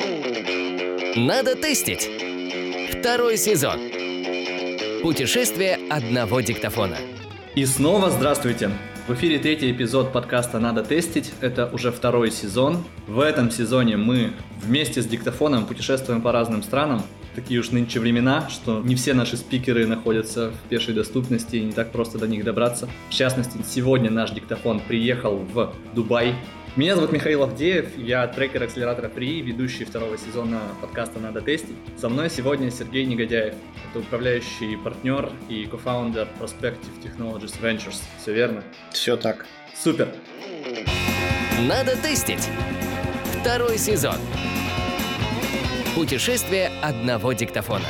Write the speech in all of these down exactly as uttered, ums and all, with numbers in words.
Надо тестить. Второй сезон. Путешествие одного диктофона. И снова здравствуйте! В эфире третий эпизод подкаста «Надо тестить». Это уже второй сезон. В этом сезоне мы вместе с диктофоном путешествуем по разным странам. Такие уж нынче времена, что не все наши спикеры находятся в пешей доступности и не так просто до них добраться. В частности, сегодня наш диктофон приехал в Дубай. Меня зовут Михаил Авдеев, я трекер акселератора Free, ведущий второго сезона подкаста «Надо тестить». Со мной сегодня Сергей Негодяев. Это управляющий партнер и кофаундер Prospective Technologies Ventures. Все верно? Все так. Супер! Надо тестить. Второй сезон. Путешествие одного диктофона.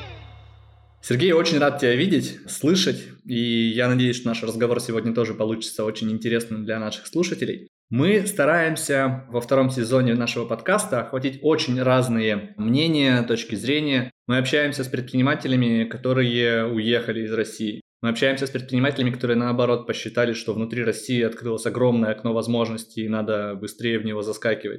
Сергей, очень рад тебя видеть, слышать, и я надеюсь, что наш разговор сегодня тоже получится очень интересным для наших слушателей. Мы стараемся во втором сезоне нашего подкаста охватить очень разные мнения, точки зрения. Мы общаемся с предпринимателями, которые уехали из России. Мы общаемся с предпринимателями, которые, наоборот, посчитали, что внутри России открылось огромное окно возможностей и надо быстрее в него заскакивать.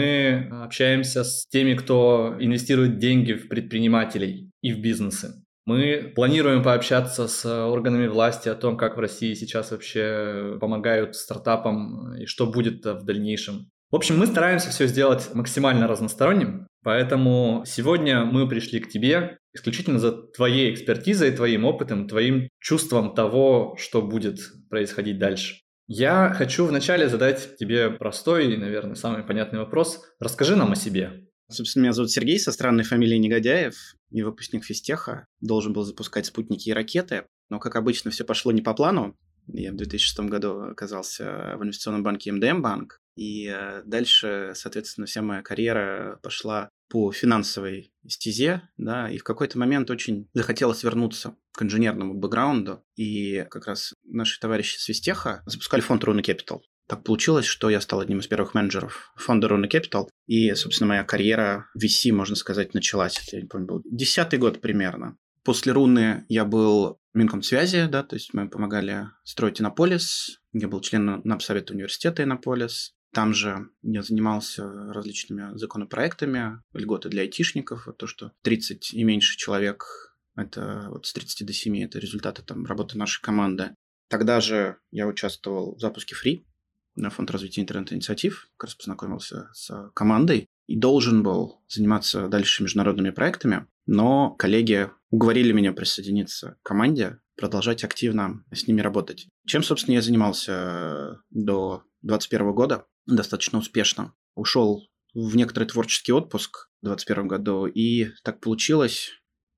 Мы общаемся с теми, кто инвестирует деньги в предпринимателей и в бизнесы. Мы планируем пообщаться с органами власти о том, как в России сейчас вообще помогают стартапам и что будет в дальнейшем. В общем, мы стараемся все сделать максимально разносторонним, поэтому сегодня мы пришли к тебе исключительно за твоей экспертизой, твоим опытом, твоим чувством того, что будет происходить дальше. Я хочу вначале задать тебе простой и, наверное, самый понятный вопрос. Расскажи нам о себе. Собственно, меня зовут Сергей, со странной фамилией Негодяев, и выпускник физтеха. Должен был запускать спутники и ракеты, но, как обычно, все пошло не по плану. Я в две тысячи шестом году оказался в инвестиционном банке эм дэ эм-банк, и дальше, соответственно, вся моя карьера пошла по финансовой стезе, да, и в какой-то момент очень захотелось вернуться к инженерному бэкграунду, и как раз наши товарищи с физтеха запускали фонд Runa Capital. Так получилось, что я стал одним из первых менеджеров фонда Runa Capital, и, собственно, моя карьера в ви си, можно сказать, началась. Это, я не помню, был десятый год примерно. После Руны я был Минкомсвязи, да, то есть мы помогали строить Иннополис. Я был членом Напсовета университета Иннополис. Там же я занимался различными законопроектами, льготы для айтишников, то, что тридцать и меньше человек, это вот с тридцати до семи, это результаты там работы нашей команды. Тогда же я участвовал в запуске Free, на фонд развития интернет-инициатив, как раз познакомился с командой и должен был заниматься дальше международными проектами, но коллеги уговорили меня присоединиться к команде, продолжать активно с ними работать. Чем, собственно, я занимался до двадцать первого года достаточно успешно. Ушел в некоторый творческий отпуск в двадцать первом году, и так получилось,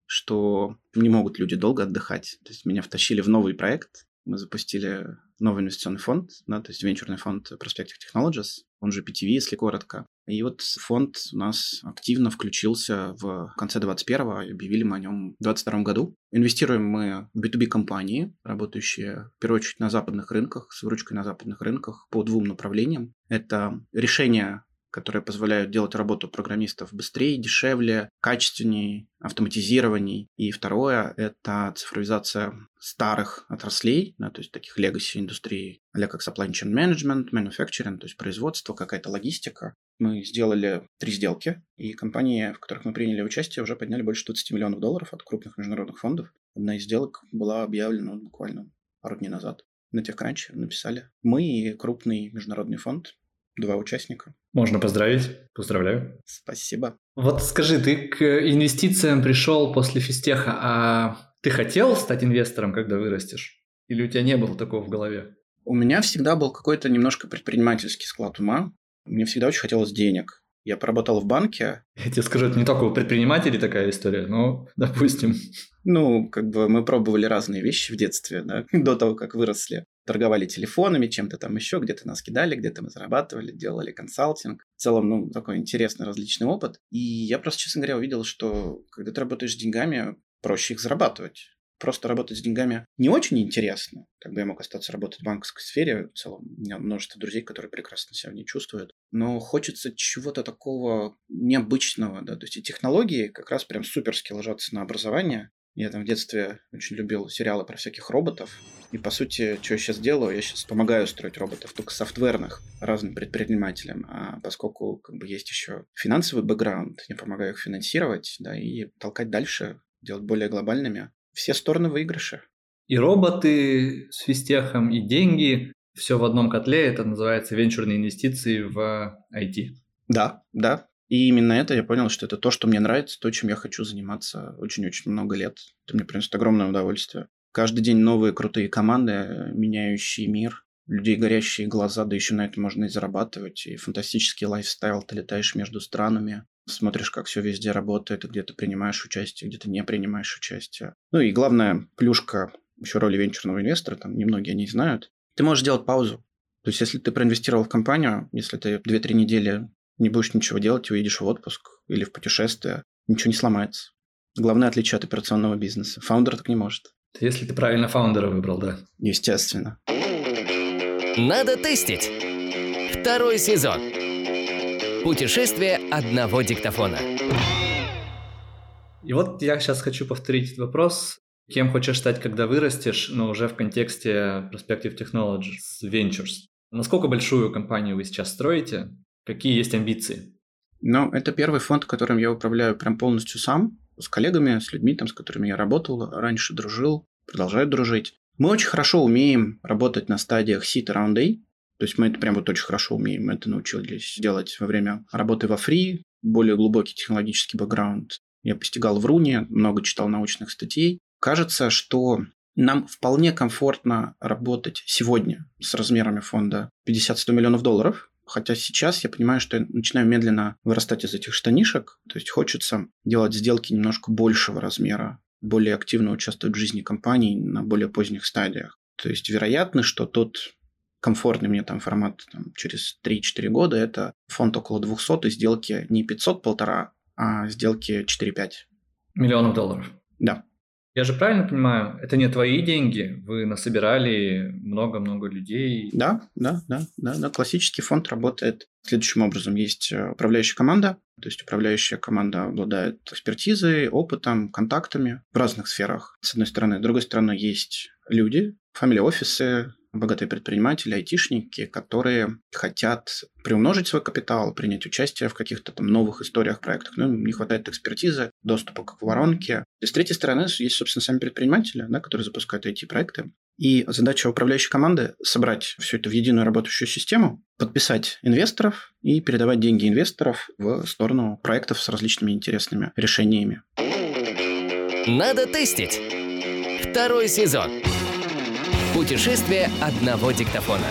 что не могут люди долго отдыхать. То есть меня втащили в новый проект. Мы запустили новый инвестиционный фонд, да, то есть венчурный фонд Prospective Technologies, он же пи ти ви, если коротко. И вот фонд у нас активно включился в конце двадцать первого, объявили мы о нем в двадцать втором году. Инвестируем мы в би ту би компании, работающие в первую очередь на западных рынках, с выручкой на западных рынках по двум направлениям. Это решения, которые позволяют делать работу программистов быстрее, дешевле, качественнее, автоматизированней. И второе – это цифровизация старых отраслей, да, то есть таких legacy индустрий, а-ля как supply chain management, manufacturing, то есть производство, какая-то логистика. Мы сделали три сделки, и компании, в которых мы приняли участие, уже подняли больше двадцать миллионов долларов от крупных международных фондов. Одна из сделок была объявлена буквально пару дней назад. На TechCrunch написали. Мы и крупный международный фонд. Два участника. Можно поздравить. Поздравляю. Спасибо. Вот скажи, ты к инвестициям пришел после физтеха, а ты хотел стать инвестором, когда вырастешь? Или у тебя не было такого в голове? У меня всегда был какой-то немножко предпринимательский склад ума. Мне всегда очень хотелось денег. Я поработал в банке. Я тебе скажу, это не только у предпринимателей такая история, но, допустим. Ну, как бы мы пробовали разные вещи в детстве, да, до того, как выросли. Торговали телефонами, чем-то там еще, где-то нас кидали, где-то мы зарабатывали, делали консалтинг. В целом, ну, такой интересный различный опыт. И я просто, честно говоря, увидел, что когда ты работаешь с деньгами, проще их зарабатывать. Просто работать с деньгами не очень интересно. Как бы я мог остаться работать в банковской сфере. В целом, у меня множество друзей, которые прекрасно себя в ней чувствуют. Но хочется чего-то такого необычного, да. То есть и технологии как раз прям суперски ложатся на образование. Я там в детстве очень любил сериалы про всяких роботов. И, по сути, что я сейчас делаю? Я сейчас помогаю строить роботов, только софтверных, разным предпринимателям. А поскольку как бы есть еще финансовый бэкграунд, я помогаю их финансировать, да, и толкать дальше, делать более глобальными. Все стороны выигрыша. И роботы с физтехом, и деньги. Все в одном котле. Это называется венчурные инвестиции в ай ти. Да, да. И именно это я понял, что это то, что мне нравится, то, чем я хочу заниматься очень-очень много лет. Это мне приносит огромное удовольствие. Каждый день новые крутые команды, меняющие мир, людей горящие глаза, да еще на это можно и зарабатывать. И фантастический лайфстайл, ты летаешь между странами, смотришь, как все везде работает, и где-то принимаешь участие, где-то не принимаешь участие. Ну и главная плюшка еще роли венчурного инвестора, там немногие не знают, ты можешь делать паузу. То есть, если ты проинвестировал в компанию, если ты две-три недели не будешь ничего делать, уедешь в отпуск или в путешествие, ничего не сломается. Главное отличие от операционного бизнеса. Фаундер так не может. Если ты правильно фаундера выбрал, да. Естественно. Надо тестить. Второй сезон. Путешествие одного диктофона. И вот я сейчас хочу повторить этот вопрос. Кем хочешь стать, когда вырастешь, но уже в контексте Prospective Technologies Ventures. Насколько большую компанию вы сейчас строите? Какие есть амбиции? Ну, это первый фонд, которым я управляю прям полностью сам, с коллегами, с людьми, там, с которыми я работал, раньше дружил, продолжаю дружить. Мы очень хорошо умеем работать на стадиях Seed и Round A, то есть мы это прям вот очень хорошо умеем, мы это научились делать во время работы во Free, более глубокий технологический бэкграунд. Я постигал в Руне, много читал научных статей. Кажется, что нам вполне комфортно работать сегодня с размерами фонда пятьдесят-сто миллионов долларов, хотя сейчас я понимаю, что я начинаю медленно вырастать из этих штанишек, то есть хочется делать сделки немножко большего размера, более активно участвовать в жизни компаний на более поздних стадиях. То есть вероятно, что тот комфортный мне там формат там, через три-четыре года – это фонд около двухсот и сделки не пятьсот-полтора, а сделки четыре-пять. Миллионов долларов? Да. Я же правильно понимаю, это не твои деньги, вы насобирали много-много людей. Да, да, да, да, да. Классический фонд работает следующим образом. Есть управляющая команда, то есть управляющая команда обладает экспертизой, опытом, контактами в разных сферах, с одной стороны. С другой стороны, есть люди, фамили-офисы, богатые предприниматели, айтишники, которые хотят приумножить свой капитал, принять участие в каких-то там новых историях, проектах. Но им не хватает экспертизы, доступа к воронке. И с третьей стороны, есть, собственно, сами предприниматели, да, которые запускают ай ти-проекты. И задача управляющей команды – собрать все это в единую работающую систему, подписать инвесторов и передавать деньги инвесторов в сторону проектов с различными интересными решениями. Надо тестить. Второй сезон. Путешествие одного диктофона.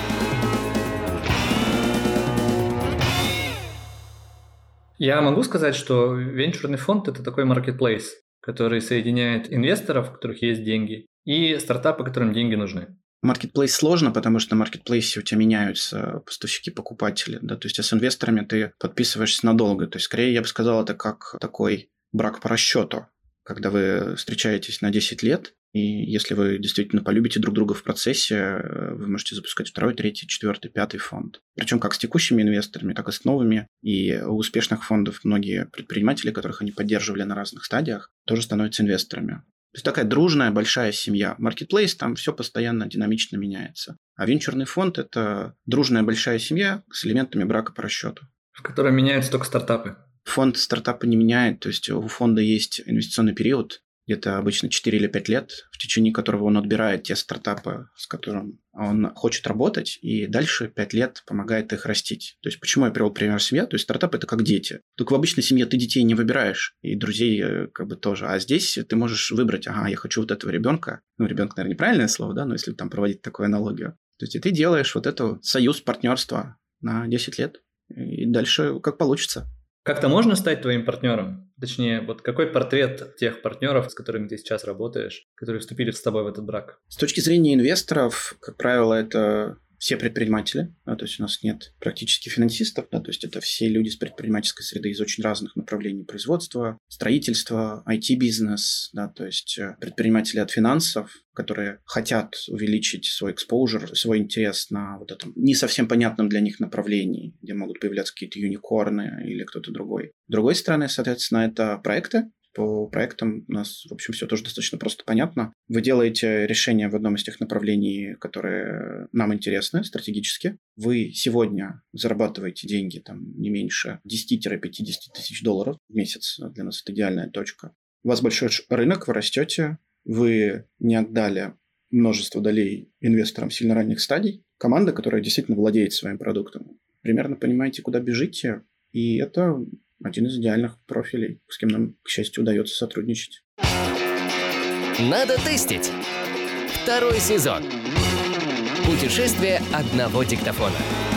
Я могу сказать, что венчурный фонд – это такой marketplace, который соединяет инвесторов, у которых есть деньги, и стартапы, которым деньги нужны. Маркетплейс сложно, потому что на маркетплейсе у тебя меняются поставщики-покупатели. Да? То есть, а с инвесторами ты подписываешься надолго. То есть, скорее, я бы сказал, это как такой брак по расчету, когда вы встречаетесь на десять лет, и если вы действительно полюбите друг друга в процессе, вы можете запускать второй, третий, четвертый, пятый фонд. Причем как с текущими инвесторами, так и с новыми. И у успешных фондов многие предприниматели, которых они поддерживали на разных стадиях, тоже становятся инвесторами. То есть такая дружная большая семья. Маркетплейс, там все постоянно динамично меняется. А венчурный фонд – это дружная большая семья с элементами брака по расчету. В котором меняются только стартапы. Фонд стартапа не меняет, то есть у фонда есть инвестиционный период, где-то обычно четыре или пять лет, в течение которого он отбирает те стартапы, с которыми он хочет работать, и дальше пять лет помогает их растить. То есть почему я привел пример семья? То есть стартап – это как дети. Только в обычной семье ты детей не выбираешь, и друзей как бы тоже. А здесь ты можешь выбрать, ага, я хочу вот этого ребенка. Ну, ребенок, наверное, неправильное слово, да, но если там проводить такую аналогию. То есть и ты делаешь вот это союз, партнерство на десять лет, и дальше как получится. Как-то можно стать твоим партнером? Точнее, вот какой портрет тех партнеров, с которыми ты сейчас работаешь, которые вступили с тобой в этот брак? С точки зрения инвесторов, как правило, это все предприниматели, да, то есть у нас нет практически финансистов, да, то есть это все люди с предпринимательской среды из очень разных направлений производства, строительства, ай ти-бизнес, да, то есть предприниматели от финансов, которые хотят увеличить свой экспоужер, свой интерес на вот этом не совсем понятном для них направлении, где могут появляться какие-то юникорны или кто-то другой. С другой стороны, соответственно, это проекты, По проектам у нас, в общем, все тоже достаточно просто понятно. Вы делаете решение в одном из тех направлений, которые нам интересны стратегически. Вы сегодня зарабатываете деньги там, не меньше десять-пятьдесят тысяч долларов в месяц. Для нас это идеальная точка. У вас большой рынок, вы растете, вы не отдали множество долей инвесторам сильно ранних стадий. Команда, которая действительно владеет своим продуктом. Примерно понимаете, куда бежите, и это один из идеальных профилей, с кем нам, к счастью, удается сотрудничать. Надо тестить. Второй сезон. Путешествие одного диктофона.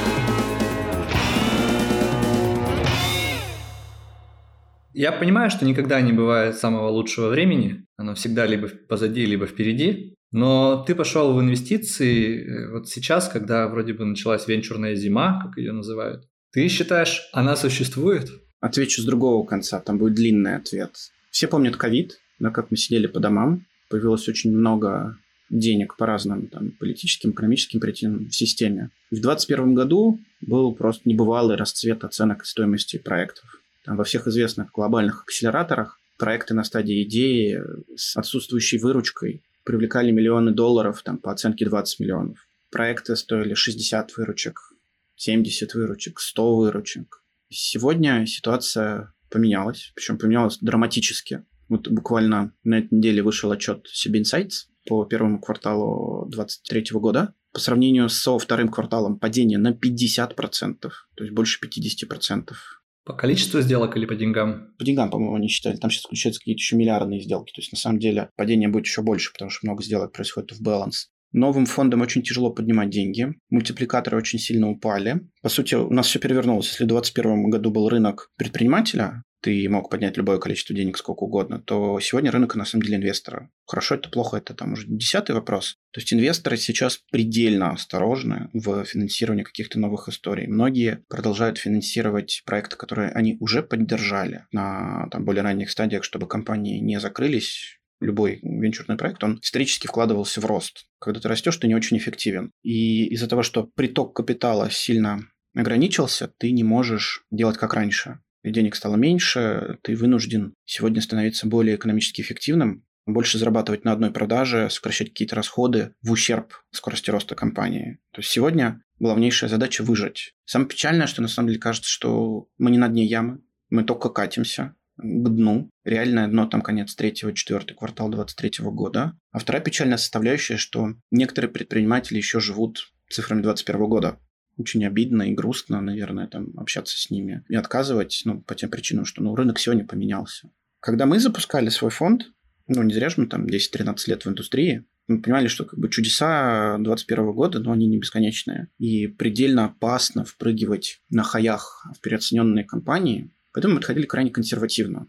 Я понимаю, что никогда не бывает самого лучшего времени. Оно всегда либо позади, либо впереди. Но ты пошел в инвестиции вот сейчас, когда вроде бы началась венчурная зима, как ее называют. Ты считаешь, она существует? Отвечу с другого конца, там будет длинный ответ. Все помнят ковид, да, как мы сидели по домам. Появилось очень много денег по разным там, политическим, экономическим причинам в системе. В двадцать первом году был просто небывалый расцвет оценок и стоимости проектов. Там, во всех известных глобальных акселераторах проекты на стадии идеи с отсутствующей выручкой привлекали миллионы долларов там, по оценке двадцать миллионов. Проекты стоили шестьдесят выручек, семьдесят выручек, сто выручек. Сегодня ситуация поменялась, причем поменялась драматически. Вот буквально на этой неделе вышел отчет си би Insights по первому кварталу двадцать третьего года. По сравнению со вторым кварталом падение на пятьдесят процентов, то есть больше пятьдесят процентов. По количеству сделок или по деньгам? По деньгам, по-моему, они считали. Там сейчас включаются какие-то еще миллиардные сделки. То есть, на самом деле, падение будет еще больше, потому что много сделок происходит в баланс. Новым фондам очень тяжело поднимать деньги. Мультипликаторы очень сильно упали. По сути, у нас все перевернулось. Если в двадцать первом году был рынок предпринимателя, ты мог поднять любое количество денег сколько угодно, то сегодня рынок, на самом деле, инвестора. Хорошо это, плохо это, там уже десятый вопрос. То есть инвесторы сейчас предельно осторожны в финансировании каких-то новых историй. Многие продолжают финансировать проекты, которые они уже поддержали на там, более ранних стадиях, чтобы компании не закрылись. Любой венчурный проект, он исторически вкладывался в рост. Когда ты растешь, ты не очень эффективен. И из-за того, что приток капитала сильно ограничился, ты не можешь делать как раньше. Денег стало меньше, ты вынужден сегодня становиться более экономически эффективным, больше зарабатывать на одной продаже, сокращать какие-то расходы в ущерб скорости роста компании. То есть сегодня главнейшая задача выжить. Самое печальное, что на самом деле кажется, что мы не на дне ямы, мы только катимся к дну. Реальное дно там конец третьего, четвертый квартал двадцать третьего года. А вторая печальная составляющая, что некоторые предприниматели еще живут цифрами двадцать первого года. Очень обидно и грустно, наверное, там общаться с ними и отказывать, ну, по тем причинам, что ну, рынок сегодня поменялся. Когда мы запускали свой фонд, ну, не зря же мы там десять-тринадцать лет в индустрии, мы понимали, что как бы чудеса двадцать первого года, но они не бесконечные. И предельно опасно впрыгивать на хаях в переоцененные компании. Поэтому мы подходили крайне консервативно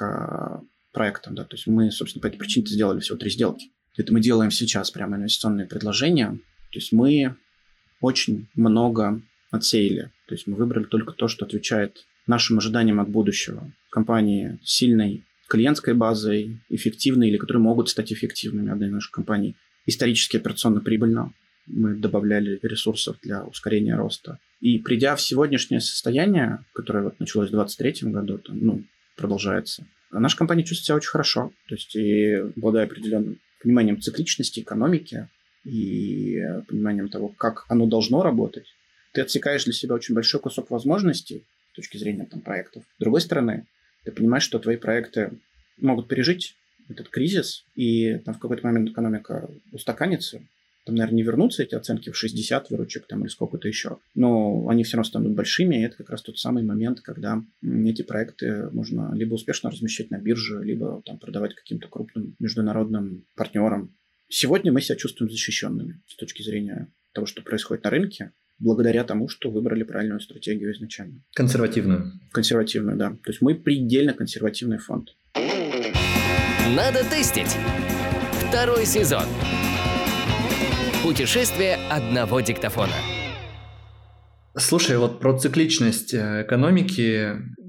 к проектам. Да. То есть мы, собственно, по этой причине сделали всего три сделки. Это мы делаем сейчас прямо инвестиционные предложения. То есть мы очень много отсеяли. То есть мы выбрали только то, что отвечает нашим ожиданиям от будущего. Компании с сильной клиентской базой, эффективные или которые могут стать эффективными. Одна из наших компаний исторически операционно прибыльна. Мы добавляли ресурсов для ускорения роста. И придя в сегодняшнее состояние, которое вот началось в двадцать третьем году, там, ну, продолжается, наша компания чувствует себя очень хорошо. То есть и обладая определенным пониманием цикличности экономики, и пониманием того, как оно должно работать, ты отсекаешь для себя очень большой кусок возможностей с точки зрения там, проектов. С другой стороны, ты понимаешь, что твои проекты могут пережить этот кризис, и там в какой-то момент экономика устаканится. Там, наверное, не вернутся эти оценки в шестьдесят выручек там, или сколько-то еще, но они все равно станут большими, и это как раз тот самый момент, когда эти проекты можно либо успешно размещать на бирже, либо там, продавать каким-то крупным международным партнерам. Сегодня мы себя чувствуем защищенными с точки зрения того, что происходит на рынке, благодаря тому, что выбрали правильную стратегию изначально. Консервативную. Консервативную, да. То есть мы предельно консервативный фонд. Надо тестить. Второй сезон. Путешествие одного диктофона. Слушай, вот про цикличность экономики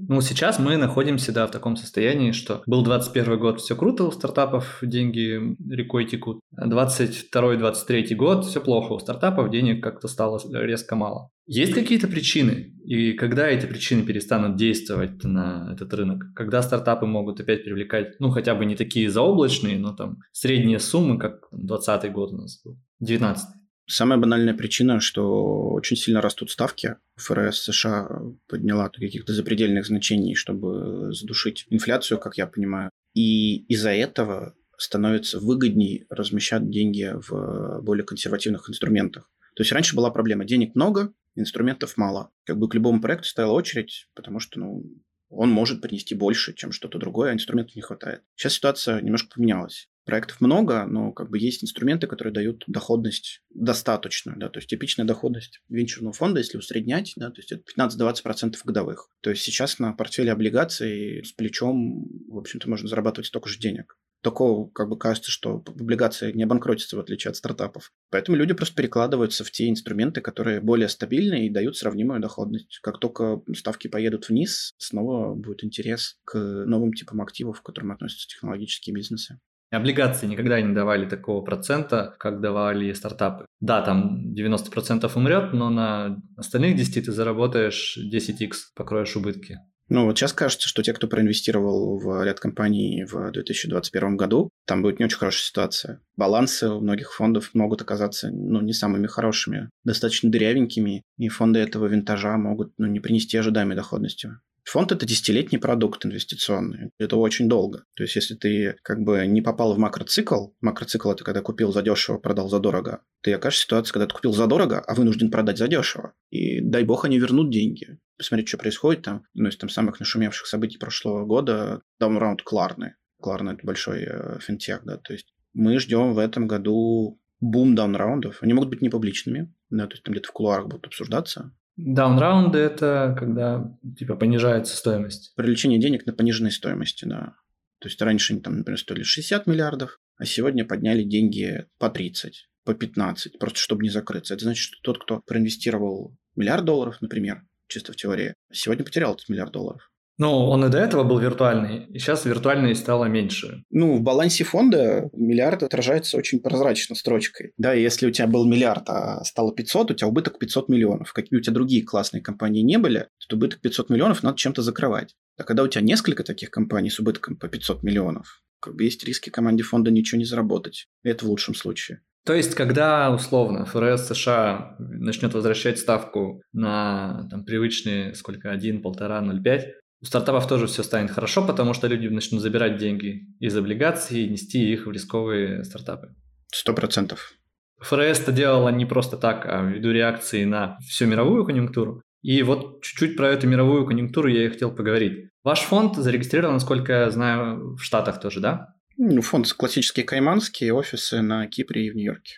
Ну, сейчас мы находимся, да, в таком состоянии, что был двадцать первый год, все круто у стартапов, деньги рекой текут. двадцать второй - двадцать третий год, все плохо у стартапов, денег как-то стало резко мало. Есть какие-то причины? И когда эти причины перестанут действовать на этот рынок? Когда стартапы могут опять привлекать, ну, хотя бы не такие заоблачные, но там средние суммы, как двадцатый год у нас был, девятнадцатый. Самая банальная причина, что очень сильно растут ставки. ФРС США подняла до каких-то запредельных значений, чтобы задушить инфляцию, как я понимаю. И из-за этого становится выгодней размещать деньги в более консервативных инструментах. То есть раньше была проблема: денег много, инструментов мало. Как бы к любому проекту стояла очередь, потому что, ну, он может принести больше, чем что-то другое, а инструментов не хватает. Сейчас ситуация немножко поменялась. Проектов много, но как бы есть инструменты, которые дают доходность достаточную. Да? То есть типичная доходность венчурного фонда, если усреднять, да, то есть это пятнадцать-двадцать процентов годовых. То есть сейчас на портфеле облигаций с плечом, в общем-то, можно зарабатывать столько же денег. Только как бы кажется, что облигации не обанкротятся, в отличие от стартапов. Поэтому люди просто перекладываются в те инструменты, которые более стабильные и дают сравнимую доходность. Как только ставки поедут вниз, снова будет интерес к новым типам активов, к которым относятся технологические бизнесы. Облигации никогда не давали такого процента, как давали стартапы. Да, там девяносто процентов умрет, но на остальных десять ты заработаешь десять икс, покроешь убытки. Ну, вот сейчас кажется, что те, кто проинвестировал в ряд компаний в две тысячи двадцать первом году, там будет не очень хорошая ситуация. Балансы у многих фондов могут оказаться, ну, не самыми хорошими, достаточно дырявенькими, и фонды этого винтажа могут, ну, не принести ожидаемой доходности. Фонд – это десятилетний продукт инвестиционный. Это очень долго. То есть, если ты как бы не попал в макроцикл, макроцикл – это когда купил задешево, продал задорого, ты окажешься в ситуации, когда ты купил задорого, а вынужден продать задешево. И дай бог они вернут деньги. Посмотрите, что происходит там. Ну, из там самых нашумевших событий прошлого года – даунраунд Кларны. Кларна – это большой э, финтех, да. То есть, мы ждем в этом году бум даунраундов. Они могут быть не публичными, да, то есть, там где-то в кулуарах будут обсуждаться. Даунраунды – это когда типа понижается стоимость. Привлечение денег на пониженной стоимости, да. То есть раньше они там, например, стоили шестьдесят миллиардов, а сегодня подняли деньги по тридцать, по пятнадцать, просто чтобы не закрыться. Это значит, что тот, кто проинвестировал миллиард долларов, например, чисто в теории, сегодня потерял этот миллиард долларов. Ну, он и до этого был виртуальный, и сейчас виртуальный стало меньше. Ну, в балансе фонда миллиард отражается очень прозрачно строчкой. Да, и если у тебя был миллиард, а стало пятьсот, у тебя убыток пятьсот миллионов. Какие у тебя другие классные компании не были, то убыток пятьсот миллионов надо чем-то закрывать. А когда у тебя несколько таких компаний с убытком по пятьсот миллионов, как бы есть риски команде фонда ничего не заработать. Это в лучшем случае. То есть, когда, условно, ФРС США начнет возвращать ставку на там, привычные, сколько, один, полтора, ноль пять, у стартапов тоже все станет хорошо, потому что люди начнут забирать деньги из облигаций и нести их в рисковые стартапы. Сто процентов. ФРС это делала не просто так, а ввиду реакции на всю мировую конъюнктуру. И вот чуть-чуть про эту мировую конъюнктуру я и хотел поговорить. Ваш фонд зарегистрирован, насколько я знаю, в Штатах тоже, да? Ну, фонд классические кайманские, офисы на Кипре и в Нью-Йорке.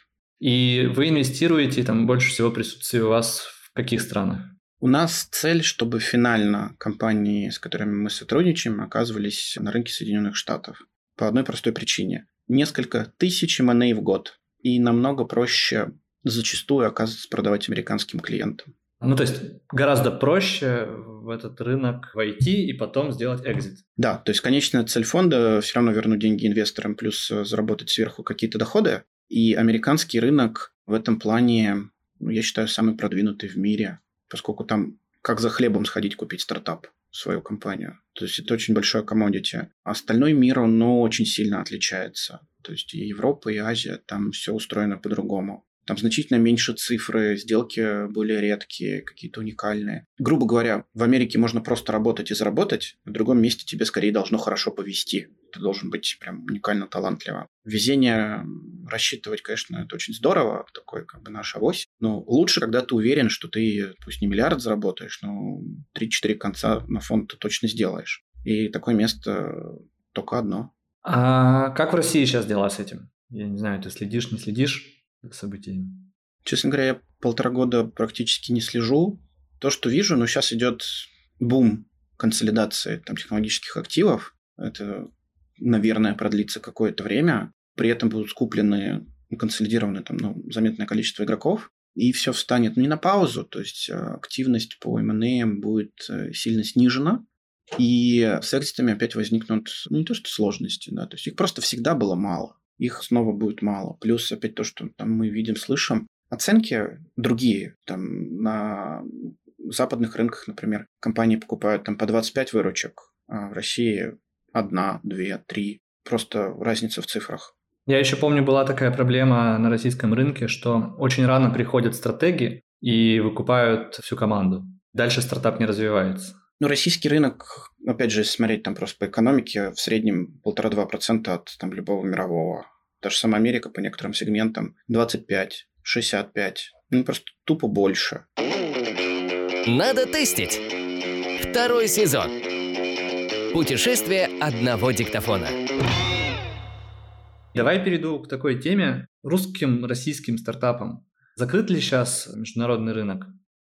И вы инвестируете, там больше всего присутствие у вас в каких странах? У нас цель, чтобы финально компании, с которыми мы сотрудничаем, оказывались на рынке Соединенных Штатов. По одной простой причине. Несколько тысяч эм энд эй в год. И намного проще зачастую, оказывается, продавать американским клиентам. Ну, то есть гораздо проще в этот рынок войти и потом сделать экзит. Да, то есть конечная цель фонда все равно вернуть деньги инвесторам, плюс заработать сверху какие-то доходы. И американский рынок в этом плане, ну, я считаю, самый продвинутый в мире, поскольку там как за хлебом сходить купить стартап, свою компанию. То есть это очень большое коммодити. А остальной мир, он ну, очень сильно отличается. То есть и Европа, и Азия, там все устроено по-другому. Там значительно меньше цифры, сделки более редкие, какие-то уникальные. Грубо говоря, в Америке можно просто работать и заработать, в другом месте тебе скорее должно хорошо повезти. Ты должен быть прям уникально талантливым. Везение рассчитывать, конечно, это очень здорово, такой как бы наша ось. Но лучше, когда ты уверен, что ты, пусть не миллиард заработаешь, но три-четыре конца на фонд ты точно сделаешь. И такое место только одно. А как в России сейчас дела с этим? Я не знаю, ты следишь, не следишь событиями? Честно говоря, я полтора года практически не слежу. То, что вижу, ну, сейчас идет бум консолидации там, технологических активов. Это, наверное, продлится какое-то время. При этом будут скуплены, консолидированы там, ну, заметное количество игроков. И все встанет ну, не на паузу. То есть активность по эм энд эй будет сильно снижена. И с экзитами опять возникнут, ну, не то что сложности, да, то есть их просто всегда было мало. Их снова будет мало. Плюс опять то, что там мы видим, слышим. Оценки другие. Там на западных рынках, например, компании покупают там по двадцать пять выручек, а в России одна, две, три. Просто разница в цифрах. Я еще помню, была такая проблема на российском рынке, что очень рано приходят стратеги и выкупают всю команду. Дальше стартап не развивается. Ну, российский рынок, опять же, если смотреть там просто по экономике, в среднем полтора-два процента от там, любого мирового. Та же самая Америка по некоторым сегментам двадцать пять, шестьдесят пять. Ну, просто тупо больше. Надо тестить. Второй сезон. Путешествие одного диктофона. Давай перейду к такой теме. Русским, российским стартапам. Закрыт ли сейчас международный рынок?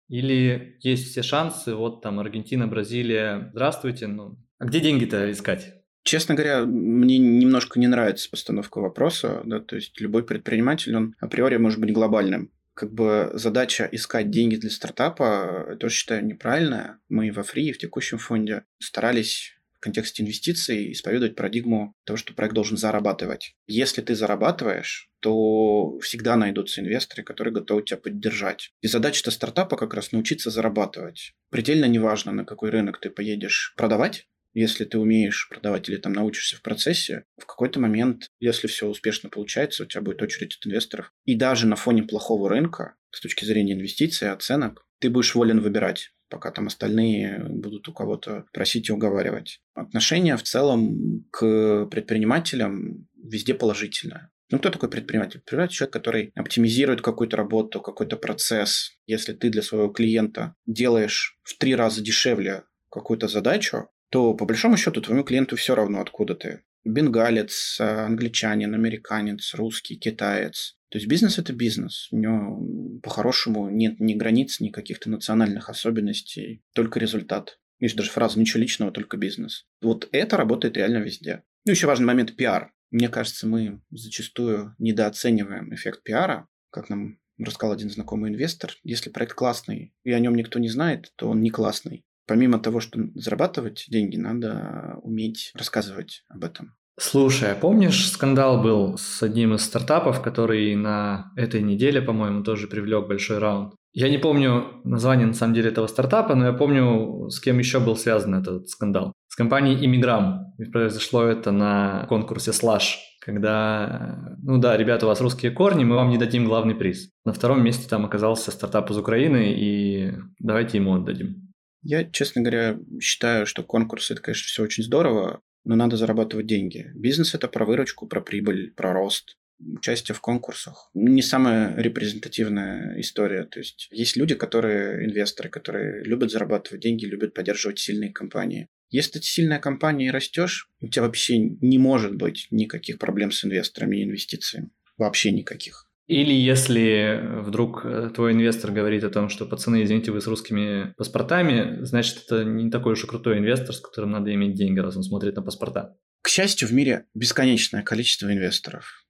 Или есть все шансы, вот там Аргентина, Бразилия, здравствуйте, ну, а где деньги-то искать? Честно говоря, мне немножко не нравится постановка вопроса, да, то есть любой предприниматель, он априори может быть глобальным. Как бы задача искать деньги для стартапа, я тоже считаю неправильная. Мы во Фри, в текущем фонде старались в контексте инвестиций исповедовать парадигму того, что проект должен зарабатывать. Если ты зарабатываешь, то всегда найдутся инвесторы, которые готовы тебя поддержать. И задача-то стартапа как раз научиться зарабатывать. Предельно неважно, на какой рынок ты поедешь продавать. Если ты умеешь продавать или там научишься в процессе, в какой-то момент, если все успешно получается, у тебя будет очередь от инвесторов. И даже на фоне плохого рынка, с точки зрения инвестиций, оценок, ты будешь волен выбирать, пока там остальные будут у кого-то просить и уговаривать. Отношение в целом к предпринимателям везде положительное. Ну, кто такой предприниматель? Предприниматель – человек, который оптимизирует какую-то работу, какой-то процесс. Если ты для своего клиента делаешь в три раза дешевле какую-то задачу, то по большому счету твоему клиенту все равно, откуда ты. Бенгалец, англичанин, американец, русский, китаец. То есть бизнес – это бизнес. У него по-хорошему нет ни границ, ни каких-то национальных особенностей, только результат. Есть даже фраза «ничего личного, только бизнес». Вот это работает реально везде. Ну, еще важный момент – пиар. Мне кажется, мы зачастую недооцениваем эффект пиара, как нам рассказал один знакомый инвестор. Если проект классный, и о нем никто не знает, то он не классный. Помимо того, что зарабатывать деньги, надо уметь рассказывать об этом. Слушай, а помнишь, скандал был с одним из стартапов, который на этой неделе, по-моему, тоже привлек большой раунд? Я не помню название, на самом деле, этого стартапа, но я помню, с кем еще был связан этот скандал. С компанией Иммиграм. И произошло это на конкурсе Slash, когда, ну да, ребята, у вас русские корни, мы вам не дадим главный приз. На втором месте там оказался стартап из Украины, и давайте ему отдадим. Я, честно говоря, считаю, что конкурс – это, конечно, все очень здорово, но надо зарабатывать деньги. Бизнес – это про выручку, про прибыль, про рост. Участие в конкурсах не самая репрезентативная история. То есть есть люди, которые инвесторы, которые любят зарабатывать деньги, любят поддерживать сильные компании. Если ты сильная компания и растешь, у тебя вообще не может быть никаких проблем с инвесторами и инвестициями. Вообще никаких. Или если вдруг твой инвестор говорит о том, что пацаны, извините, вы с русскими паспортами, значит, это не такой уж и крутой инвестор, с которым надо иметь деньги, раз он смотрит на паспорта. К счастью, в мире бесконечное количество инвесторов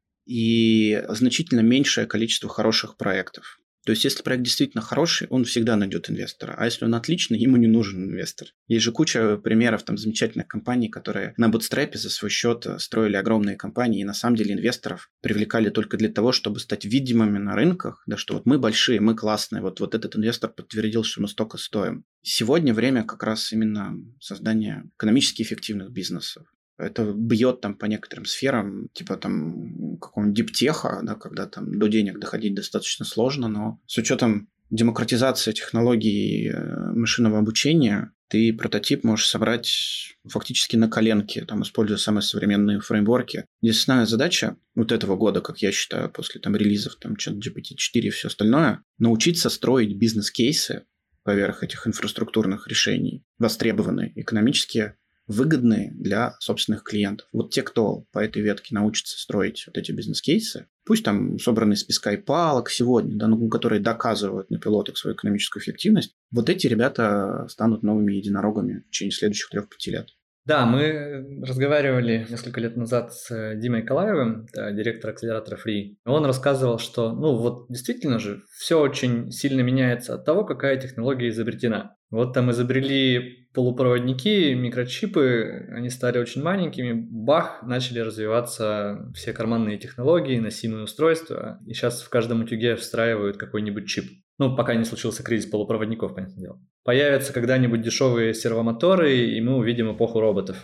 и значительно меньшее количество хороших проектов. То есть, если проект действительно хороший, он всегда найдет инвестора. А если он отличный, ему не нужен инвестор. Есть же куча примеров там замечательных компаний, которые на бутстрепе за свой счет строили огромные компании и на самом деле инвесторов привлекали только для того, чтобы стать видимыми на рынках, да, что вот мы большие, мы классные, вот, вот этот инвестор подтвердил, что мы столько стоим. Сегодня время как раз именно создания экономически эффективных бизнесов. Это бьет там по некоторым сферам, типа там какого-нибудь диптеха, да, когда там до денег доходить достаточно сложно, но с учетом демократизации технологий машинного обучения ты прототип можешь собрать фактически на коленке, там, используя самые современные фреймворки. Здесь основная задача вот этого года, как я считаю, после там релизов там чат джи пи ти четыре и все остальное, научиться строить бизнес-кейсы поверх этих инфраструктурных решений, востребованные экономически, выгодные для собственных клиентов. Вот те, кто по этой ветке научится строить вот эти бизнес-кейсы, пусть там собраны из песка и палок сегодня, да, ну, которые доказывают на пилотах свою экономическую эффективность, вот эти ребята станут новыми единорогами в течение следующих трех-пяти лет. Да, мы разговаривали несколько лет назад с Димой Калаевым, директор акселератора Free. Он рассказывал, что, ну вот действительно же, все очень сильно меняется от того, какая технология изобретена. Вот там изобрели полупроводники, микрочипы, они стали очень маленькими, бах, начали развиваться все карманные технологии, носимые устройства, и сейчас в каждом утюге встраивают какой-нибудь чип. Ну, пока не случился кризис полупроводников, понятное дело. Появятся когда-нибудь дешевые сервомоторы, и мы увидим эпоху роботов.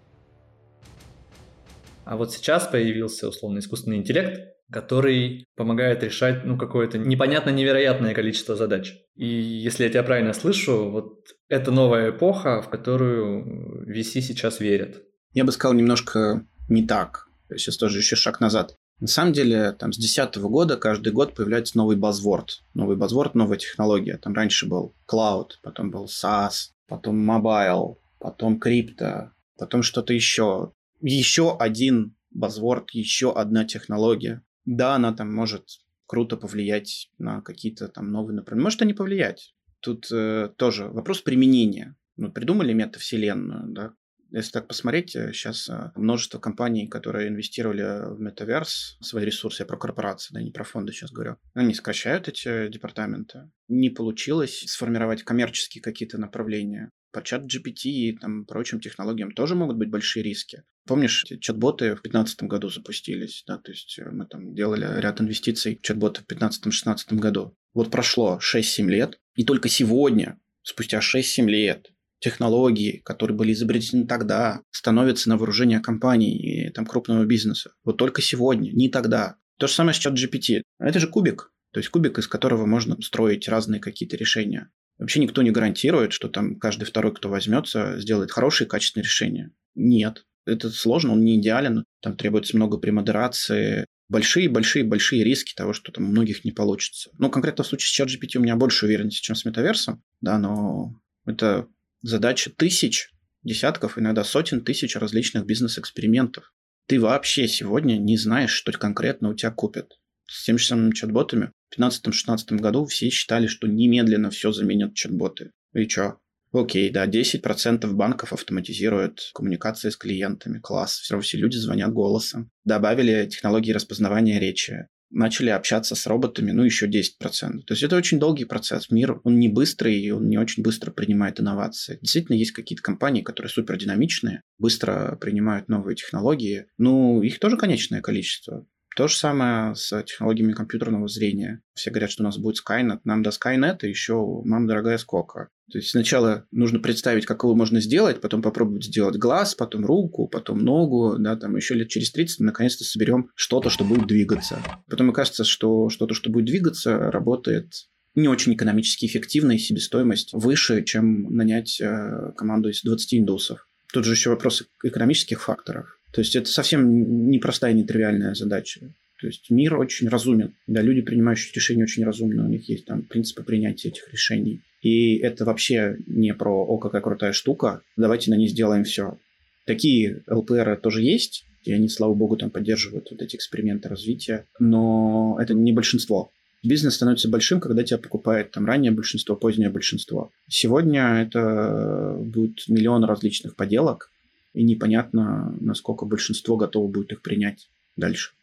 А вот сейчас появился условно искусственный интеллект, который помогает решать, ну, какое-то непонятно невероятное количество задач. И если я тебя правильно слышу, вот это новая эпоха, в которую ви си сейчас верят. Я бы сказал немножко не так. Сейчас тоже еще шаг назад. На самом деле, там с две тысячи десятого года каждый год появляется новый базворд. Новый базворд, новая технология. Там раньше был Cloud, потом был SaaS, потом Mobile, потом крипто, потом что-то еще. Еще один базворд, еще одна технология. Да, она там может круто повлиять на какие-то там новые направления. Может и не повлиять. Тут э, тоже вопрос применения. Ну, придумали метавселенную, да. Если так посмотреть, сейчас множество компаний, которые инвестировали в метаверс, свои ресурсы, я про корпорации, да, не про фонды сейчас говорю, они сокращают эти департаменты. Не получилось сформировать коммерческие какие-то направления. По чат джи пи ти и там, прочим технологиям тоже могут быть большие риски. Помнишь, чат-боты в две тысячи пятнадцатом году запустились, да, то есть мы там делали ряд инвестиций в чат-боты в две тысячи пятнадцатом-шестнадцатом году. Вот прошло шесть-семь лет, и только сегодня, спустя шесть-семь лет, технологии, которые были изобретены тогда, становятся на вооружение компаний и там, крупного бизнеса. Вот только сегодня, не тогда. То же самое с чат джи пи ти. Это же кубик. То есть кубик, из которого можно строить разные какие-то решения. Вообще никто не гарантирует, что там каждый второй, кто возьмется, сделает хорошие качественные решения. Нет. Это сложно, он не идеален. Там требуется много премодерации. Большие-большие-большие риски того, что там у многих не получится. Ну, конкретно в случае с чат джи пи ти у меня больше уверенности, чем с метаверсом. Да, но это задача тысяч, десятков, иногда сотен тысяч различных бизнес-экспериментов. Ты вообще сегодня не знаешь, что конкретно у тебя купят. С теми же самыми чат-ботами в две тысячи пятнадцатом-шестнадцатом году все считали, что немедленно все заменят чат-боты. И что? Окей, да, десять процентов банков автоматизируют коммуникации с клиентами. Класс. Все равно все люди звонят голосом. Добавили технологии распознавания речи. Начали общаться с роботами, ну, еще десять процентов. То есть это очень долгий процесс. Мир, он не быстрый, и он не очень быстро принимает инновации. Действительно, есть какие-то компании, которые супердинамичные, быстро принимают новые технологии. Ну, их тоже конечное количество. То же самое с технологиями компьютерного зрения. Все говорят, что у нас будет Skynet. Нам до Skynet еще, мам дорогая, сколько. То есть сначала нужно представить, как его можно сделать, потом попробовать сделать глаз, потом руку, потом ногу, да, там еще лет через тридцать мы наконец-то соберем что-то, что будет двигаться. Потом окажется, что что-то, что будет двигаться, работает не очень экономически эффективно, и себестоимость выше, чем нанять э, команду из двадцати индусов. Тут же еще вопрос экономических факторов. То есть это совсем непростая, нетривиальная задача. То есть мир очень разумен. Да, люди, принимающие решения, очень разумны. У них есть там принципы принятия этих решений. И это вообще не про «О, какая крутая штука, давайте на ней сделаем все». Такие эл пи эр тоже есть, и они, слава богу, там поддерживают вот эти эксперименты развития. Но это не большинство. Бизнес становится большим, когда тебя покупает там раннее большинство, позднее большинство. Сегодня это будет миллион различных поделок, и непонятно, насколько большинство готово будет их принять дальше.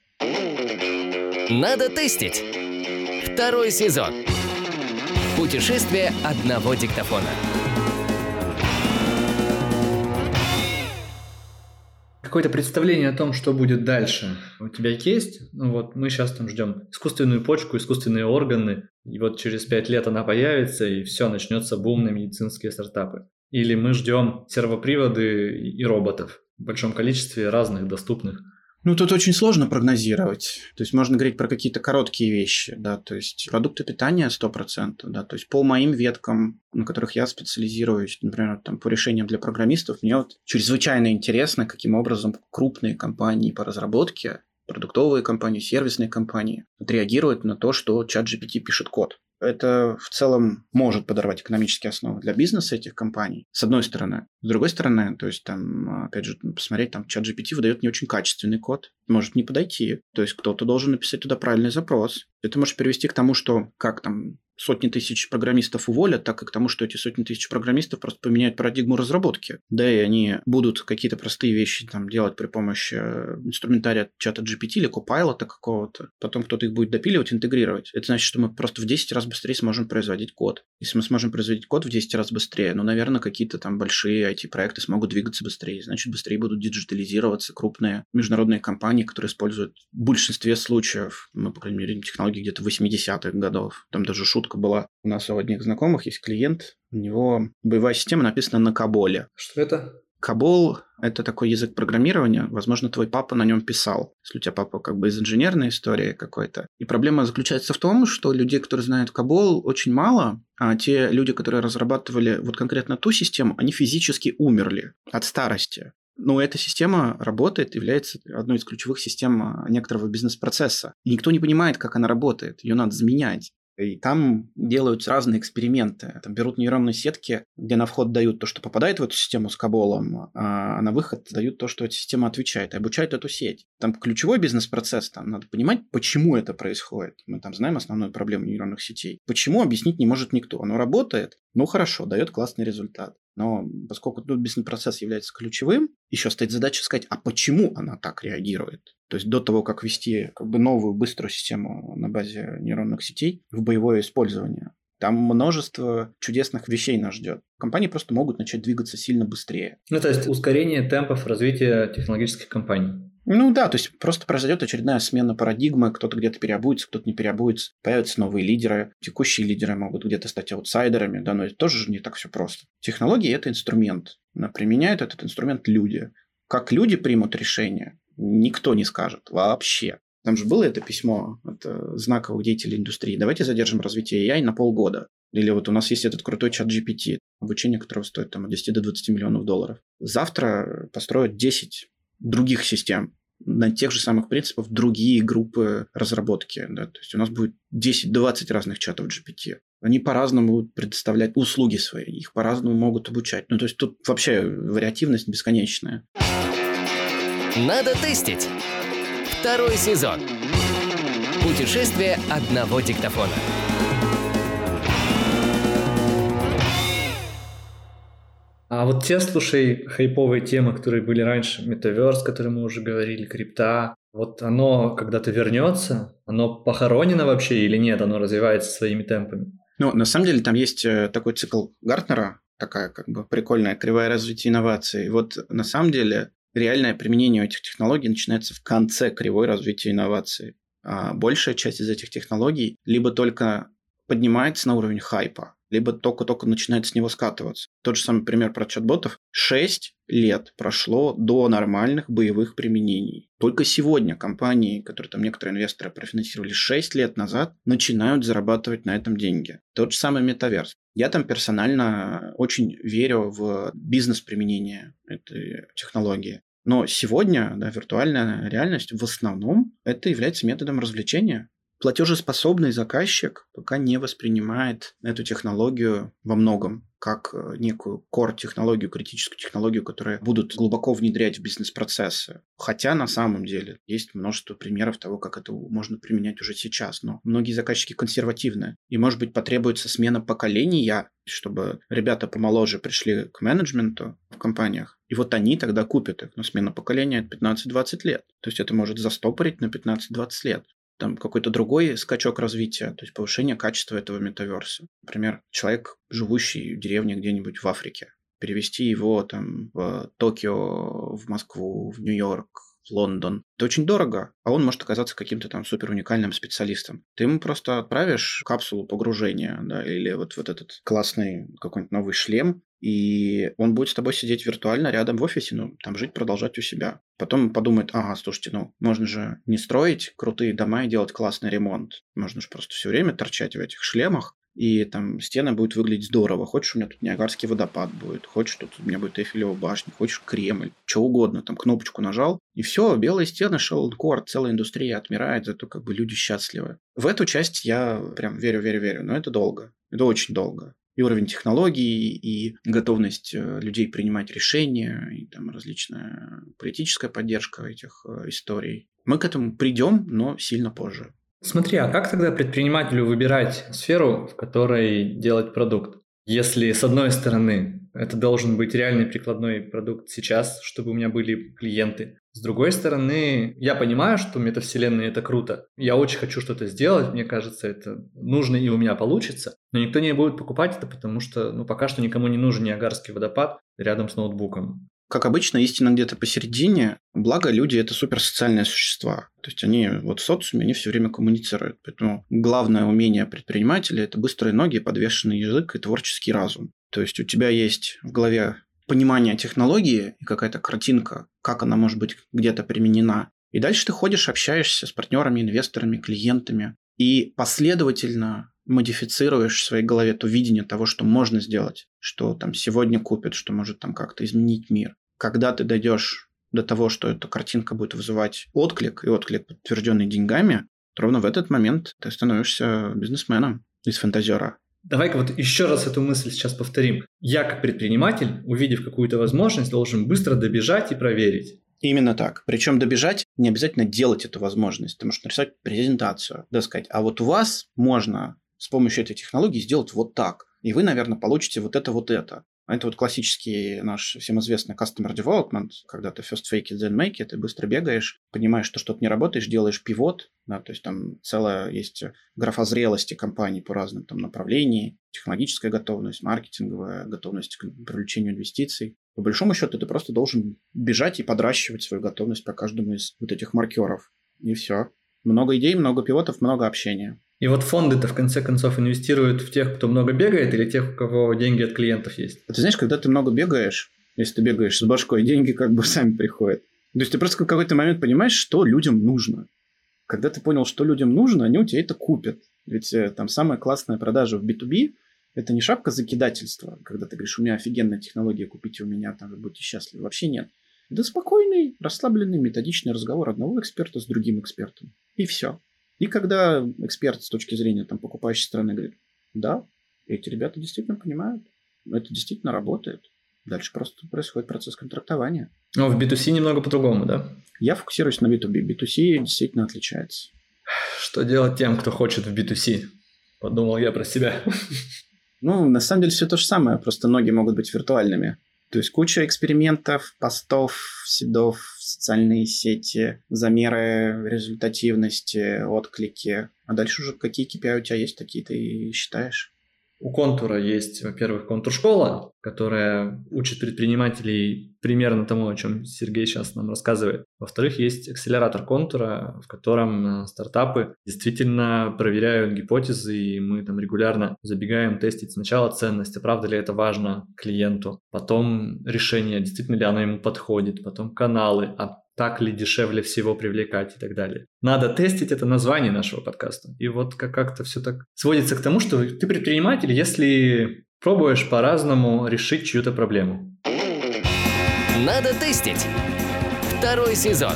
Надо тестить. Второй сезон. Путешествие одного диктофона. Какое-то представление о том, что будет дальше, у тебя есть? Ну вот мы сейчас там ждем искусственную почку, искусственные органы, и вот через пять лет она появится, и все, начнется бум на медицинские стартапы. Или мы ждем сервоприводы и роботов в большом количестве разных доступных. Ну, тут очень сложно прогнозировать. То есть можно говорить про какие-то короткие вещи, да, то есть продукты питания сто процентов, да, то есть по моим веткам, на которых я специализируюсь, например, там, по решениям для программистов, мне вот чрезвычайно интересно, каким образом крупные компании по разработке, продуктовые компании, сервисные компании отреагируют на то, что чат джи пи ти пишет код. Это в целом может подорвать экономические основы для бизнеса этих компаний, с одной стороны. С другой стороны, то есть там, опять же, посмотреть, там чат джи пи ти выдает не очень качественный код, может не подойти. То есть кто-то должен написать туда правильный запрос. Это может привести к тому, что как там сотни тысяч программистов уволят, так и к тому, что эти сотни тысяч программистов просто поменяют парадигму разработки. Да, и они будут какие-то простые вещи там делать при помощи инструментария чата джи пи ти или Copilot какого-то. Потом кто-то их будет допиливать, интегрировать. Это значит, что мы просто в десять раз быстрее сможем производить код. Если мы сможем производить код в десять раз быстрее, ну, наверное, какие-то там большие ай ти-проекты смогут двигаться быстрее. Значит, быстрее будут диджитализироваться крупные международные компании, которые используют в большинстве случаев, мы, по крайней мере, технологии где-то восьмидесятых годов. Там даже шутка была. У нас у одних знакомых есть клиент, у него боевая система написана на Каболе. Что это? Кабол – это такой язык программирования. Возможно, твой папа на нем писал, если у тебя папа как бы из инженерной истории какой-то. И проблема заключается в том, что людей, которые знают Кабол, очень мало, а те люди, которые разрабатывали вот конкретно ту систему, они физически умерли от старости. Но эта система работает, является одной из ключевых систем некоторого бизнес-процесса. И никто не понимает, как она работает. Ее надо заменять. И там делаются разные эксперименты. Там берут нейронные сетки, где на вход дают то, что попадает в эту систему с Каболом, а на выход дают то, что эта система отвечает, и обучают эту сеть. Там ключевой бизнес-процесс, там надо понимать, почему это происходит. Мы там знаем основную проблему нейронных сетей. Почему, объяснить не может никто. Оно работает, ну хорошо, дает классный результат. Но поскольку тут бизнес-процесс является ключевым, еще стоит задача сказать, а почему она так реагирует? То есть до того, как ввести как бы новую быструю систему на базе нейронных сетей в боевое использование, там множество чудесных вещей нас ждет. Компании просто могут начать двигаться сильно быстрее. Ну, то есть ускорение темпов развития технологических компаний. Ну да, то есть просто произойдет очередная смена парадигмы, кто-то где-то переобуется, кто-то не переобуется, появятся новые лидеры, текущие лидеры могут где-то стать аутсайдерами, да, но это тоже же не так все просто. Технологии – это инструмент, применяют этот инструмент люди. Как люди примут решение, никто не скажет вообще. Там же было это письмо от знаковых деятелей индустрии. Давайте задержим развитие эй ай на полгода. Или вот у нас есть этот крутой чат джи пи ти, обучение которого стоит там, от десяти до двадцати миллионов долларов. Завтра построят десять других систем на тех же самых принципах, другие группы разработки. Да? То есть у нас будет десять-двадцать разных чатов джи пи ти. Они по-разному будут предоставлять услуги свои, их по-разному могут обучать. Ну, то есть тут вообще вариативность бесконечная. Надо тестить. Второй сезон. Путешествие одного диктофона. А вот те, слушай, хайповые темы, которые были раньше, метаверс, о котором мы уже говорили, крипта, вот оно когда-то вернется, оно похоронено вообще или нет, оно развивается своими темпами? Ну, на самом деле там есть такой цикл Гартнера, такая как бы прикольная кривая развития инноваций. Вот на самом деле реальное применение этих технологий начинается в конце кривой развития инноваций. А большая часть из этих технологий либо только поднимается на уровень хайпа, либо только-только начинает с него скатываться. Тот же самый пример про чат-ботов. Шесть лет прошло до нормальных боевых применений. Только сегодня компании, которые там некоторые инвесторы профинансировали шесть лет назад, начинают зарабатывать на этом деньги. Тот же самый метаверс. Я там персонально очень верю в бизнес-применение этой технологии. Но сегодня, да, виртуальная реальность в основном это является методом развлечения. Платежеспособный заказчик пока не воспринимает эту технологию во многом как некую core-технологию, критическую технологию, которую будут глубоко внедрять в бизнес-процессы. Хотя на самом деле есть множество примеров того, как это можно применять уже сейчас. Но многие заказчики консервативны. И, может быть, потребуется смена поколения, чтобы ребята помоложе пришли к менеджменту в компаниях. И вот они тогда купят их. Но смена поколения – это пятнадцать-двадцать лет. То есть это может застопорить на пятнадцать-двадцать лет. Там какой-то другой скачок развития, то есть повышение качества этого метаверса. Например, человек, живущий в деревне где-нибудь в Африке, перевести его там в Токио, в Москву, в Нью-Йорк, в Лондон. Это очень дорого, а он может оказаться каким-то там супер уникальным специалистом. Ты ему просто отправишь капсулу погружения, да, или вот, вот этот классный какой-нибудь новый шлем, и он будет с тобой сидеть виртуально рядом в офисе, ну, там жить, продолжать у себя. Потом подумает, ага, слушайте, ну, можно же не строить крутые дома и делать классный ремонт. Можно же просто все время торчать в этих шлемах, и там стены будут выглядеть здорово. Хочешь, у меня тут Ниагарский водопад будет, хочешь, тут у меня будет Эйфелева башня, хочешь, Кремль, что угодно. Там кнопочку нажал, и все, белые стены, Шелленкорт, целая индустрия отмирает, зато как бы люди счастливы. В эту часть я прям верю, верю, верю, но это долго, это очень долго. И уровень технологий, и готовность людей принимать решения, и там различная политическая поддержка этих историй. Мы к этому придем, но сильно позже. Смотри, а как тогда предпринимателю выбирать сферу, в которой делать продукт? Если, с одной стороны, это должен быть реальный прикладной продукт сейчас, чтобы у меня были клиенты. С другой стороны, я понимаю, что метавселенная – это круто. Я очень хочу что-то сделать, мне кажется, это нужно и у меня получится. Но никто не будет покупать это, потому что ну, пока что никому не нужен Ниагарский водопад рядом с ноутбуком. Как обычно, истина где-то посередине. Благо, люди – это суперсоциальные существа. То есть они вот в социуме, они все время коммуницируют. Поэтому главное умение предпринимателя – это быстрые ноги, подвешенный язык и творческий разум. То есть у тебя есть в голове понимание технологии и какая-то картинка, как она может быть где-то применена. И дальше ты ходишь, общаешься с партнерами, инвесторами, клиентами и последовательно модифицируешь в своей голове то видение того, что можно сделать, что там сегодня купят, что может там как-то изменить мир. Когда ты дойдешь до того, что эта картинка будет вызывать отклик, и отклик, подтвержденный деньгами, то ровно в этот момент ты становишься бизнесменом из фантазера. Давай-ка вот еще раз эту мысль сейчас повторим. Я как предприниматель, увидев какую-то возможность, должен быстро добежать и проверить. Именно так. Причем добежать не обязательно делать эту возможность. Ты можешь нарисовать презентацию, да, сказать, а вот у вас можно с помощью этой технологии сделать вот так. И вы, наверное, получите вот это, вот это. А это вот классический наш всем известный customer development, когда ты first fake it, then make it, ты быстро бегаешь, понимаешь, что что-то не работаешь, делаешь пивот, да, то есть там целая есть графа зрелости компании по разным там направлениям, технологическая готовность, маркетинговая готовность к привлечению инвестиций. По большому счету ты просто должен бежать и подращивать свою готовность по каждому из вот этих маркеров. И все. Много идей, много пивотов, много общения. И вот фонды-то в конце концов инвестируют в тех, кто много бегает, или тех, у кого деньги от клиентов есть? Ты знаешь, когда ты много бегаешь, если ты бегаешь с башкой, деньги как бы сами приходят. То есть ты просто в какой-то момент понимаешь, что людям нужно. Когда ты понял, что людям нужно, они у тебя это купят. Ведь там самая классная продажа в би ту би – это не шапка закидательства, когда ты говоришь, у меня офигенная технология, купите у меня, там вы будете счастливы. Вообще нет. Это спокойный, расслабленный, методичный разговор одного эксперта с другим экспертом. И все. И когда эксперт с точки зрения там, покупающей стороны говорит, да, эти ребята действительно понимают, это действительно работает. Дальше просто происходит процесс контрактования. Но в би ту си немного по-другому, да? Я фокусируюсь на би ту би. би ту си действительно отличается. Что делать тем, кто хочет в би ту си? Подумал я про себя. Ну, на самом деле все то же самое, просто ноги могут быть виртуальными. То есть куча экспериментов, постов, сидов, социальные сети, замеры результативности, отклики. А дальше уже какие кей пи ай у тебя есть, такие ты и считаешь. У Контура есть, во-первых, Контур-школа, которая учит предпринимателей примерно тому, о чем Сергей сейчас нам рассказывает. Во-вторых, есть акселератор Контура, в котором стартапы действительно проверяют гипотезы, и мы там регулярно забегаем тестить сначала ценность, а правда ли это важно клиенту, потом решение, действительно ли оно ему подходит, потом каналы, а так ли дешевле всего привлекать и так далее. Надо тестить, это название нашего подкаста. И вот как-то все так сводится к тому, что ты предприниматель, если пробуешь по-разному решить чью-то проблему. Надо тестить. Второй сезон.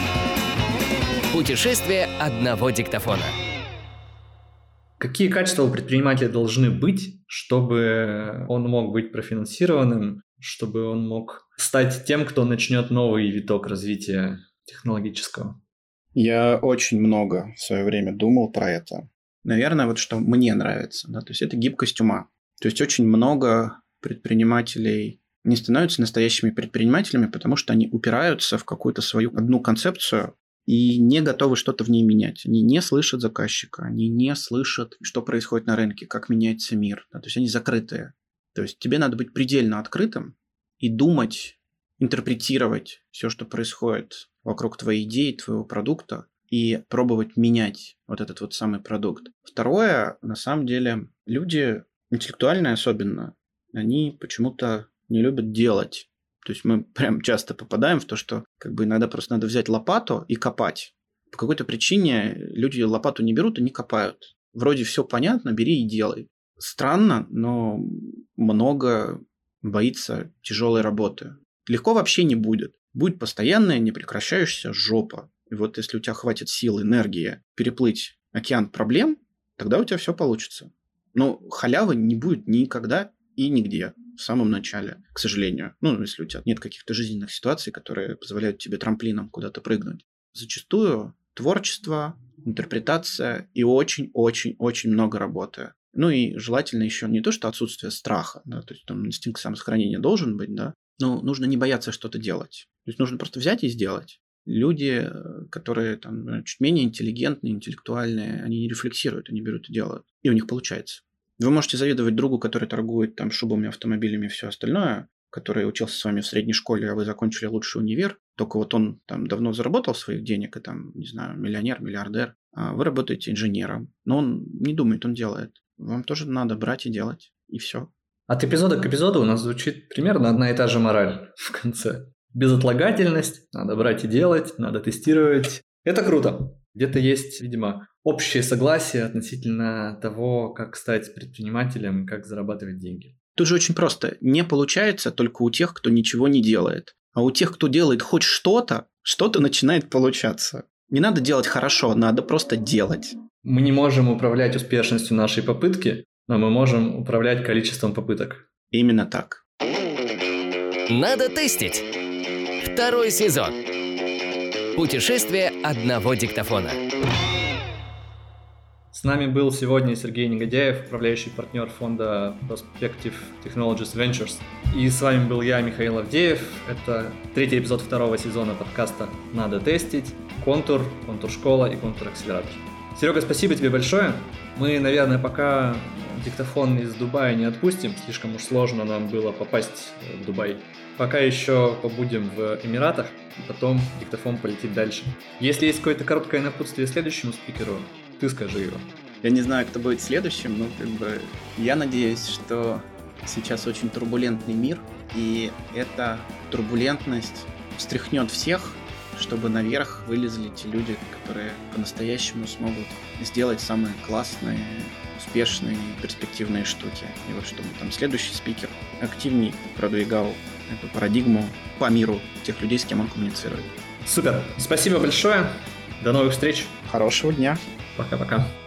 Путешествие одного диктофона. Какие качества у предпринимателя должны быть, чтобы он мог быть профинансированным, чтобы он мог стать тем, кто начнет новый виток развития технологического? Я очень много в свое время думал про это. Наверное, вот что мне нравится, да, то есть это гибкость ума. То есть очень много предпринимателей не становятся настоящими предпринимателями, потому что они упираются в какую-то свою одну концепцию и не готовы что-то в ней менять. Они не слышат заказчика, они не слышат, что происходит на рынке, как меняется мир. Да, то есть они закрытые. То есть тебе надо быть предельно открытым и думать, интерпретировать все, что происходит вокруг твоей идеи, твоего продукта, и пробовать менять вот этот вот самый продукт. Второе, на самом деле, люди, интеллектуальные особенно, они почему-то не любят делать. То есть мы прям часто попадаем в то, что как бы иногда просто надо взять лопату и копать. По какой-то причине люди лопату не берут и не копают. Вроде все понятно, бери и делай. Странно, но много боится тяжелой работы. Легко вообще не будет. Будет постоянная, непрекращающаяся жопа. И вот если у тебя хватит сил, энергии переплыть океан проблем, тогда у тебя все получится. Но халявы не будет никогда и нигде в самом начале, к сожалению. Ну, если у тебя нет каких-то жизненных ситуаций, которые позволяют тебе трамплином куда-то прыгнуть. Зачастую творчество, интерпретация и очень-очень-очень много работы. Ну и желательно еще не то, что отсутствие страха, да, то есть там инстинкт самосохранения должен быть, да, но нужно не бояться что-то делать. То есть нужно просто взять и сделать. Люди, которые там чуть менее интеллигентные, интеллектуальные, они не рефлексируют, они берут и делают. И у них получается. Вы можете завидовать другу, который торгует там шубами, автомобилями и все остальное, который учился с вами в средней школе, а вы закончили лучший универ, только вот он там давно заработал своих денег, и там, не знаю, миллионер, миллиардер, а вы работаете инженером. Но он не думает, он делает. Вам тоже надо брать и делать, и все. От эпизода к эпизоду у нас звучит примерно одна и та же мораль в конце. Безотлагательность, надо брать и делать, надо тестировать. Это круто. Где-то есть, видимо, общее согласие относительно того, как стать предпринимателем и как зарабатывать деньги. Тут же очень просто. Не получается только у тех, кто ничего не делает. А у тех, кто делает хоть что-то, что-то начинает получаться. Не надо делать хорошо, надо просто делать. Мы не можем управлять успешностью нашей попытки, но мы можем управлять количеством попыток. Именно так. Надо тестить. Второй сезон. Путешествие одного диктофона. С нами был сегодня Сергей Негодяев, управляющий партнер фонда Prospective Technologies Ventures. И с вами был я, Михаил Авдеев. Это третий эпизод второго сезона подкаста «Надо тестить». Контур, контур-школа и контур-акселератор. Серега, спасибо тебе большое. Мы, наверное, пока диктофон из Дубая не отпустим. Слишком уж сложно нам было попасть в Дубай. Пока еще побудем в Эмиратах, и потом диктофон полетит дальше. Если есть какое-то короткое напутствие следующему спикеру, ты скажи его. Я не знаю, кто будет следующим, но как бы я надеюсь, что сейчас очень турбулентный мир, и эта турбулентность встряхнет всех, чтобы наверх вылезли те люди, которые по-настоящему смогут сделать самые классные, успешные, перспективные штуки. И вот чтобы там следующий спикер активнее продвигал эту парадигму по миру тех людей, с кем он коммуницирует. Супер. Спасибо большое. До новых встреч. Хорошего дня. Пока-пока.